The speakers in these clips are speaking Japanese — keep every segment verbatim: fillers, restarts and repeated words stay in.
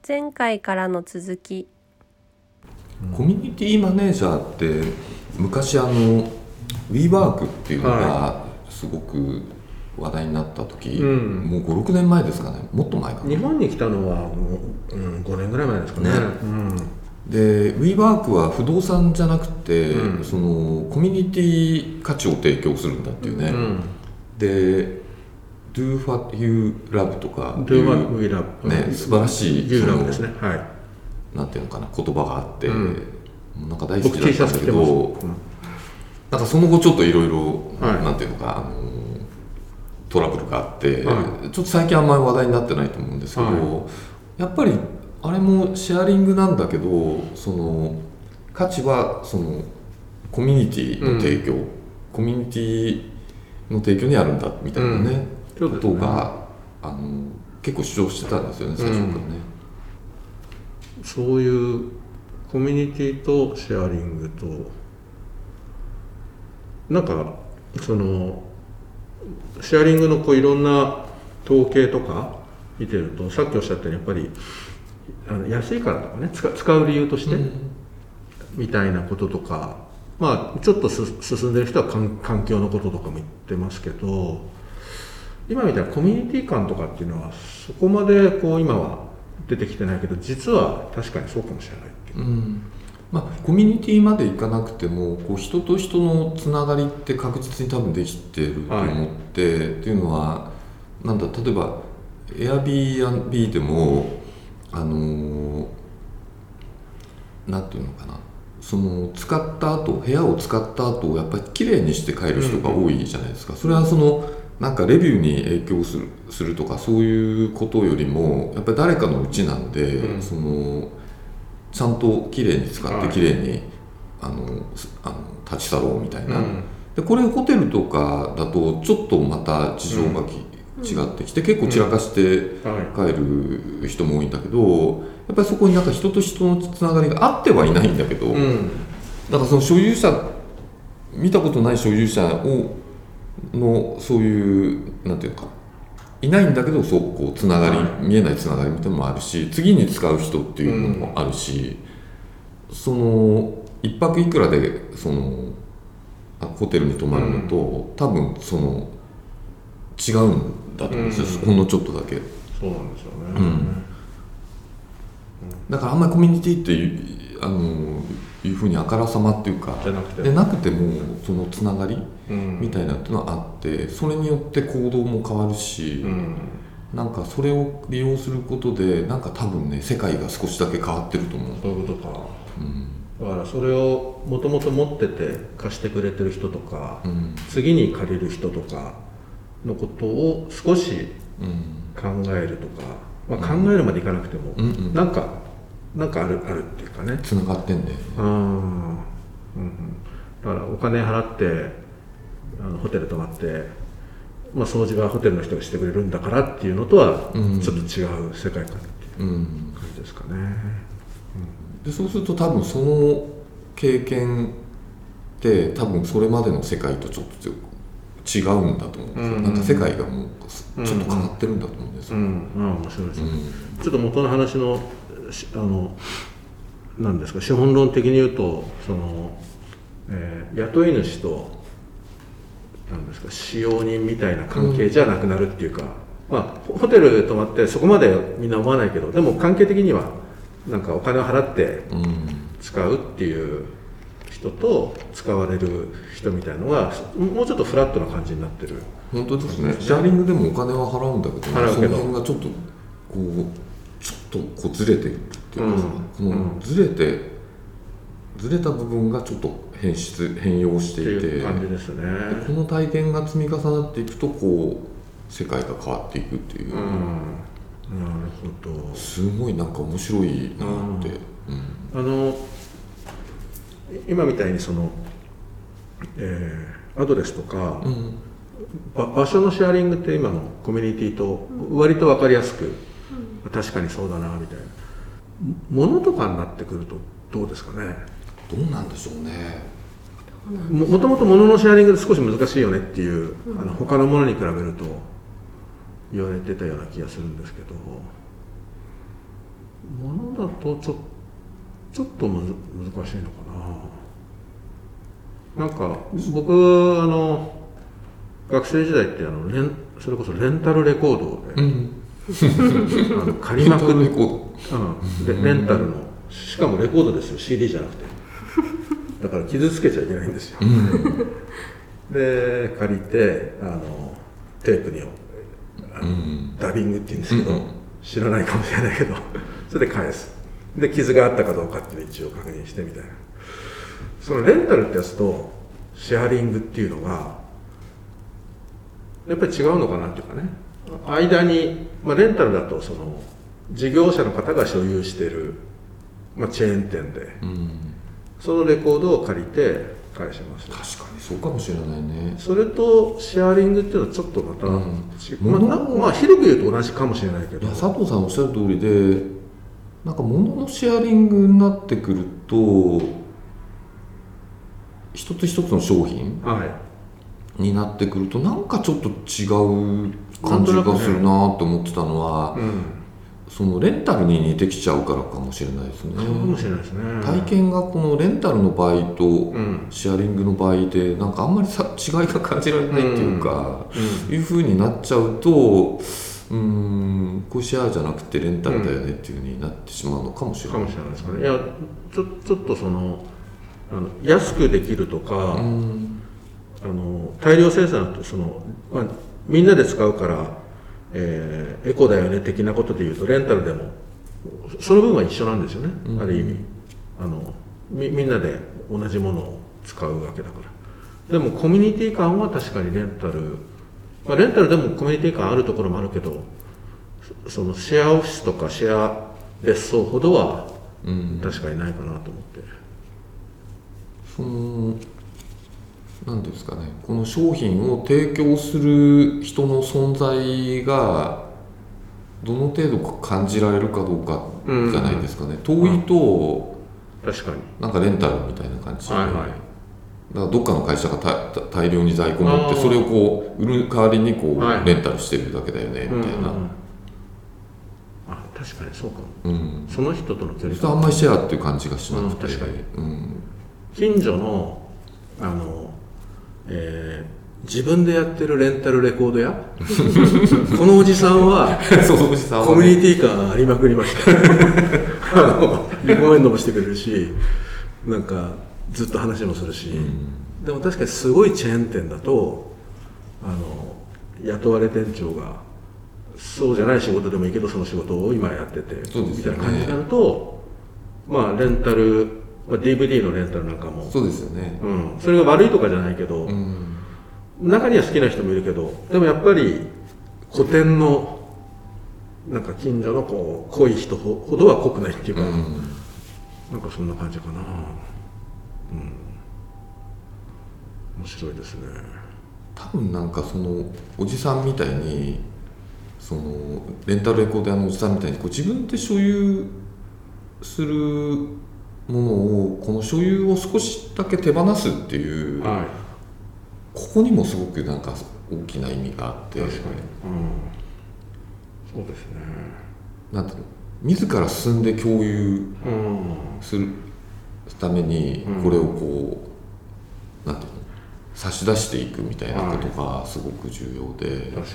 前回からの続き。 コミュニティマネージャーって昔あの WeWork っていうのがすごく話題になった時、はい、もうごろくねんまえですかね、もっと前かな。 日本に来たのはもう、うん、ごねんぐらい前ですかね。ね、うん、 で WeWork は不動産じゃなくて、うん、そのコミュニティ価値を提供するんだっていうね、うん、で Do what you love とか Do what we love、 ね、素晴らしい You love ですね、はい、 なんていうのかな、言葉があって、うん、なんか大好きだ僕 T シったんだけど、 うん、 なんかその後ちょっといろいろなんていうのか、あのトラブルがあって、はい、ちょっと最近あんまり話題になってないと思うんですけど、はい、やっぱりあれもシェアリングなんだけど、その価値はそのコミュニティの提供、うん、コミュニティの提供にあるんだみたいなね、うん、ことがあの結構主張してたんですよね、最初からね、 うん、そういうコミュニティとシェアリングとなんかそのシェアリングのこういろんな統計とか見てると、さっきおっしゃったようにやっぱりあの安いからとかね、使, 使う理由として、うん、みたいなこととか、まあちょっとす進んでる人は環境のこととかも言ってますけど、今みたいなコミュニティ感とかっていうのはそこまでこう今は出てきてないけど、実は確かにそうかもしれないっていう、うん、 まあ、コミュニティまでいかなくてもこう人と人のつながりって確実に多分できてると思って、はい、っていうのはなんだ、例えば Airbnb でもあのー、なんていうのかな、その使った後部屋を使った後やっぱりきれいにして帰る人が多いじゃないですか、うん、それはそのなんかレビューに影響する、するとかそういうことよりもやっぱり誰かの家なんで、うん、そのちゃんときれいに使ってきれいに、はい、あのあの立ち去ろうみたいな、うん、でこれホテルとかだとちょっとまた事情がき、うん違ってきて結構散らかして帰る人も多いんだけど、やっぱりそこになんか人と人のつながりがあってはいないんだけど、うん、だからその所有者見たことない所有者をのそういうなんていうかいないんだけど、そうこうつながり、はい、見えないつながりみたいなのもあるし、次に使う人っていうのもあるし、うん、その一泊いくらでそのホテルに泊まるのと、うん、多分その違うんだと思うんですよ、うん、ほんのちょっとだけ。 そうなんですよね、 うん、だからあんまりコミュニティっていうあのいうふうにあからさまっていうかじゃなくてでなくてもそのつながりみたいなっていうのはあって、それによって行動も変わるし、うん、なんかそれを利用することでなんか多分ね世界が少しだけ変わってると思う。 そういうことか、うん、だからそれをもともと持ってて貸してくれてる人とか、うん、次に借りる人とかのことを少し考えるとか、まあ、考えるまでいかなくても、うんうん、なんかなんかあるあるっていうかね、 つながってんだよね。 あ、うんうん、だからお金払ってあのホテル泊まって、まあ、掃除はホテルの人がしてくれるんだからっていうのとはちょっと違う世界観っていう感じですかね、うんうん、 でそうすると多分その経験って多分それまでの世界とちょっと違うんだと思うんですよ、うんうん、なんか世界がもうちょっと変わってるんだと思うんですよ、うんうん、ああ面白いですね、うん、 ちょっと元の話のあの何ですか、資本論的に言うとその、えー、雇い主と何ですか使用人みたいな関係じゃなくなるっていうか、うん、まあホテル泊まってそこまでみんな思わないけど、でも関係的にはなんかお金を払って使うっていう人と使われる人みたいのがもうちょっとフラットな感じになってる。 本当ですね。シェアリングでもお金は払うんだけど、 払うけどその辺がちょっとこうちょっとこうずれてるっていうか、うん、このずれて、うん、ずれた部分がちょっと変質変容していて、 っていう感じですね。 でこの体験が積み重なっていくとこう世界が変わっていくっていう、うん、 なるほど。 すごいなんか面白いなって、 うん、あの今みたいにその、えー、アドレスとか、うん、ば場所のシェアリングって今のコミュニティと割と分かりやすく、うん、確かにそうだなみたいなものとかになってくるとどうですかね。 どうなんでしょうね。 も, もともと物のシェアリングで少し難しいよねっていう、うん、あの他のものに比べると言われてたような気がするんですけど、 ものだとちょちょっとむず難しいのかな。なんか僕あの学生時代ってあのレンそれこそレンタルレコードで、うん、あの借りまくって、うん、レンタルのしかもレコードですよ シーディー じゃなくてだから傷つけちゃいけないんですよ、うん、で借りてあのテープにあの、うん、ダビングって言うんですけど、うん、知らないかもしれないけどそれで返すで傷があったかどうかっていうのを一応確認してみたいな。そのレンタルってやつとシェアリングっていうのがやっぱり違うのかなっていうかね、間に、まあ、レンタルだとその事業者の方が所有している、まあ、チェーン店で、うん、そのレコードを借りて返します、ね、 確かにそうかもしれないね。 それとシェアリングっていうのはちょっとまた、うんまあ、まあ広く言うと同じかもしれないけど、 いや佐藤さんおっしゃる通りで、なんか物のシェアリングになってくると一つ一つの商品、はいになってくるとなんかちょっと違う感じがするなって思ってたのは、うん、そのレンタルに似てきちゃうからかもしれないですね。 そうかもしれないですね。 体験がこのレンタルの場合とシェアリングの場合でなんかあんまりさ違いが感じられないっていうか、うんうん、いう風になっちゃうとうーんこうシェアじゃなくてレンタルだよねっていう風になってしまうのかもしれない、 かもしれないですかね。いやちょ、ちょっとそのあの安くできるとか、うんあの大量生産ってその、まあ、みんなで使うから、えー、エコだよね的なことでいうとレンタルでもその分は一緒なんですよね、うん、ある意味あの み, みんなで同じものを使うわけだから。でもコミュニティ感は確かにレンタル、まあ、レンタルでもコミュニティ感あるところもあるけど、そのシェアオフィスとかシェア別荘ほどは確かにないかなと思って、 うん、そのなんですかね、この商品を提供する人の存在がどの程度か感じられるかどうかじゃないですかね、うん、遠いと確かになんかレンタルみたいな感じで、はいはい、だからどっかの会社が大量に在庫を持ってそれをこう売る代わりにこう、はい、レンタルしてるだけだよねみたいな、うんうんうん、 あ確かにそうかも、うん、その人との距離感あんまりシェアっていう感じがしなくて、 うん、確かに、うん、近所のあのえー、自分でやってるレンタルレコード屋このおじさんはコミュニティ感ありまくりましたあのリコメンドもしてくれるしなんかずっと話もするし、うん、でも確かにすごいチェーン店だとあの雇われ店長がそうじゃない仕事でもいいけどその仕事を今やってて、ね、みたいな感じになるとまあレンタルまあ、ディーブイディー のレンタルなんかもそうですよね、 うん、それが悪いとかじゃないけど、うん、中には好きな人もいるけどでもやっぱり古典のなんか近所のこう濃い人ほどは濃くないっていうか、うん、なんかそんな感じかな、うん、面白いですね。 多分なんかそのおじさんみたいにそのレンタルレコーダーのおじさんみたいにこう自分で所有するものをこの所有を少しだけ手放すっていう、はい、ここにもすごくなんか大きな意味があって、確かに、うん、 そうですね。 なんていうの、自ら進んで共有するためにこれをこう、うん、なんていうの、差し出していくみたいなことがすごく重要で、はい、 確か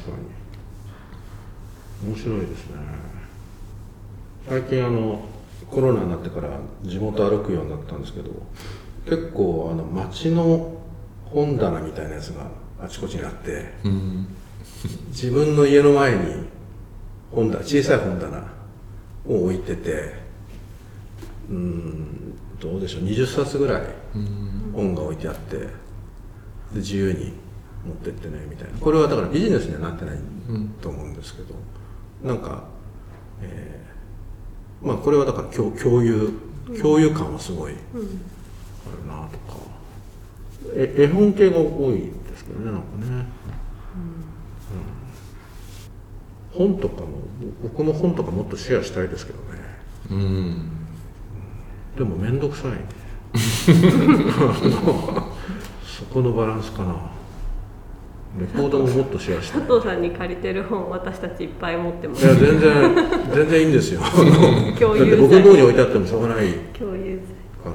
に面白いですね。最近あのコロナになってから地元歩くようになったんですけど、結構あの街の本棚みたいなやつがあちこちにあって、うん、自分の家の前に本棚、小さい本棚を置いてて、うーんどうでしょう、にじゅっさつぐらい本が置いてあって、で自由に持ってってねみたいな。これはだからビジネスにはなってないと思うんですけど、なんか、えーまあこれはだから 共, 共有共有感はすごいあるなとか、え絵本系が多いんですけどね、なんかね、うんうん、本とかも僕も本とかもっとシェアしたいですけどね、うん、でも面倒くさいねそこのバランスかな。 レコードももっとシェアしたい。 佐藤さんに借りてる本私たちいっぱい持ってまいす。 や全然全然いいんですよ共有だって僕の方に置いてあってもしょうがない共有から、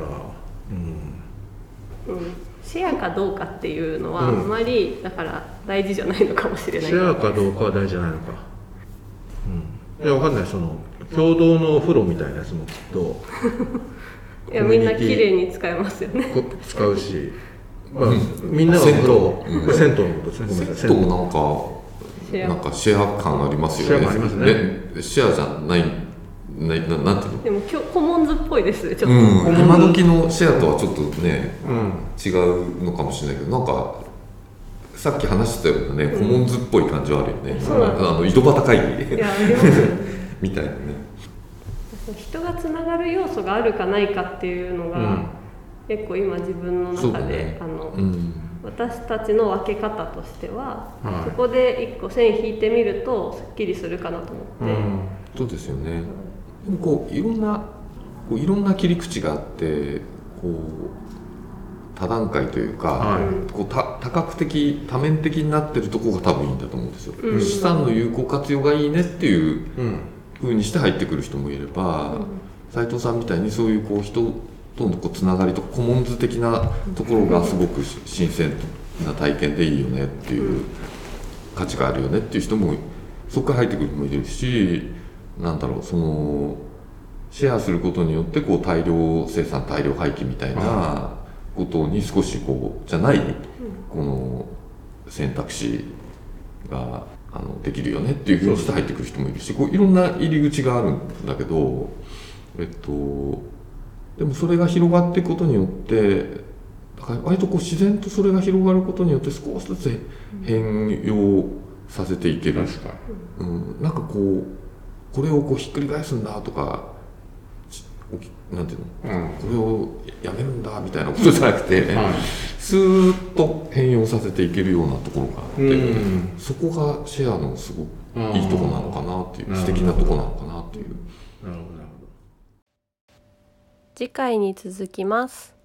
うん、 うん、シェアかどうかっていうのはあうんんまりだから大事じゃないのかもしれない。 シェアかどうかは大事じゃないのか、うん、いやわかんない。その共同のお風呂みたいなやつもきっといやみんな綺麗に使えますよね。 こ使うし、まあ、みんながお風呂、銭湯のことですね。ごめんなさい。 銭湯なんかシェアなんかシェア感ありますよね。 シェア感ありますねねシェアじゃないないななんていうの。 でもきょコモンズっぽいですちょっと、 うん、今時のシェアとはちょっとね、 うん、 違うのかもしれないけど、なんかさっき話してたようなね、コモンズっぽい感じはあるよね。 そうなんですあの井戸端会議いやありますよねみたいなね。 人がつながる要素があるかないかっていうのが、 うん結構今自分のそうだ中で、 ねあのうん私たちの分け方としては、 はいそこで一個線引いてみるとすっきりするかなと思って、 うんそうですよね。でもこういろんなこういろんな切り口があってこう多段階というか、 はいこう多多角的多面的になってるところが多分いいんだと思うんですよ。 うん資産の有効活用がいいねっていううん風にして入ってくる人もいれば、 うん斉藤さんみたいにそういうこう人とのこうつながりとかコモンズ的なところがすごく新鮮な体験でいいよねっていう価値があるよねっていう人もそこから入ってくる人もいるし、なんだろう、そのシェアすることによってこう大量生産大量廃棄みたいなことに少しこうじゃないこの選択肢があのできるよねっていうふうにして入ってくる人もいるし、こういろんな入り口があるんだけど、えっとでもそれが広がっていくことによってだから割とこう自然とそれが広がることによって少しずつ変容させていける、 確かうん、なんかこうこれをこうひっくり返すんだとかなんていうの、 うんこれをやめるんだみたいなことじゃなくて、 はいスーッと変容させていけるようなところがあって、 うんそこがシェアのすごくいいとこなのかなっていう、 あー素敵なとこなのかなっていう。 なるほどなるほど。 次回に続きます。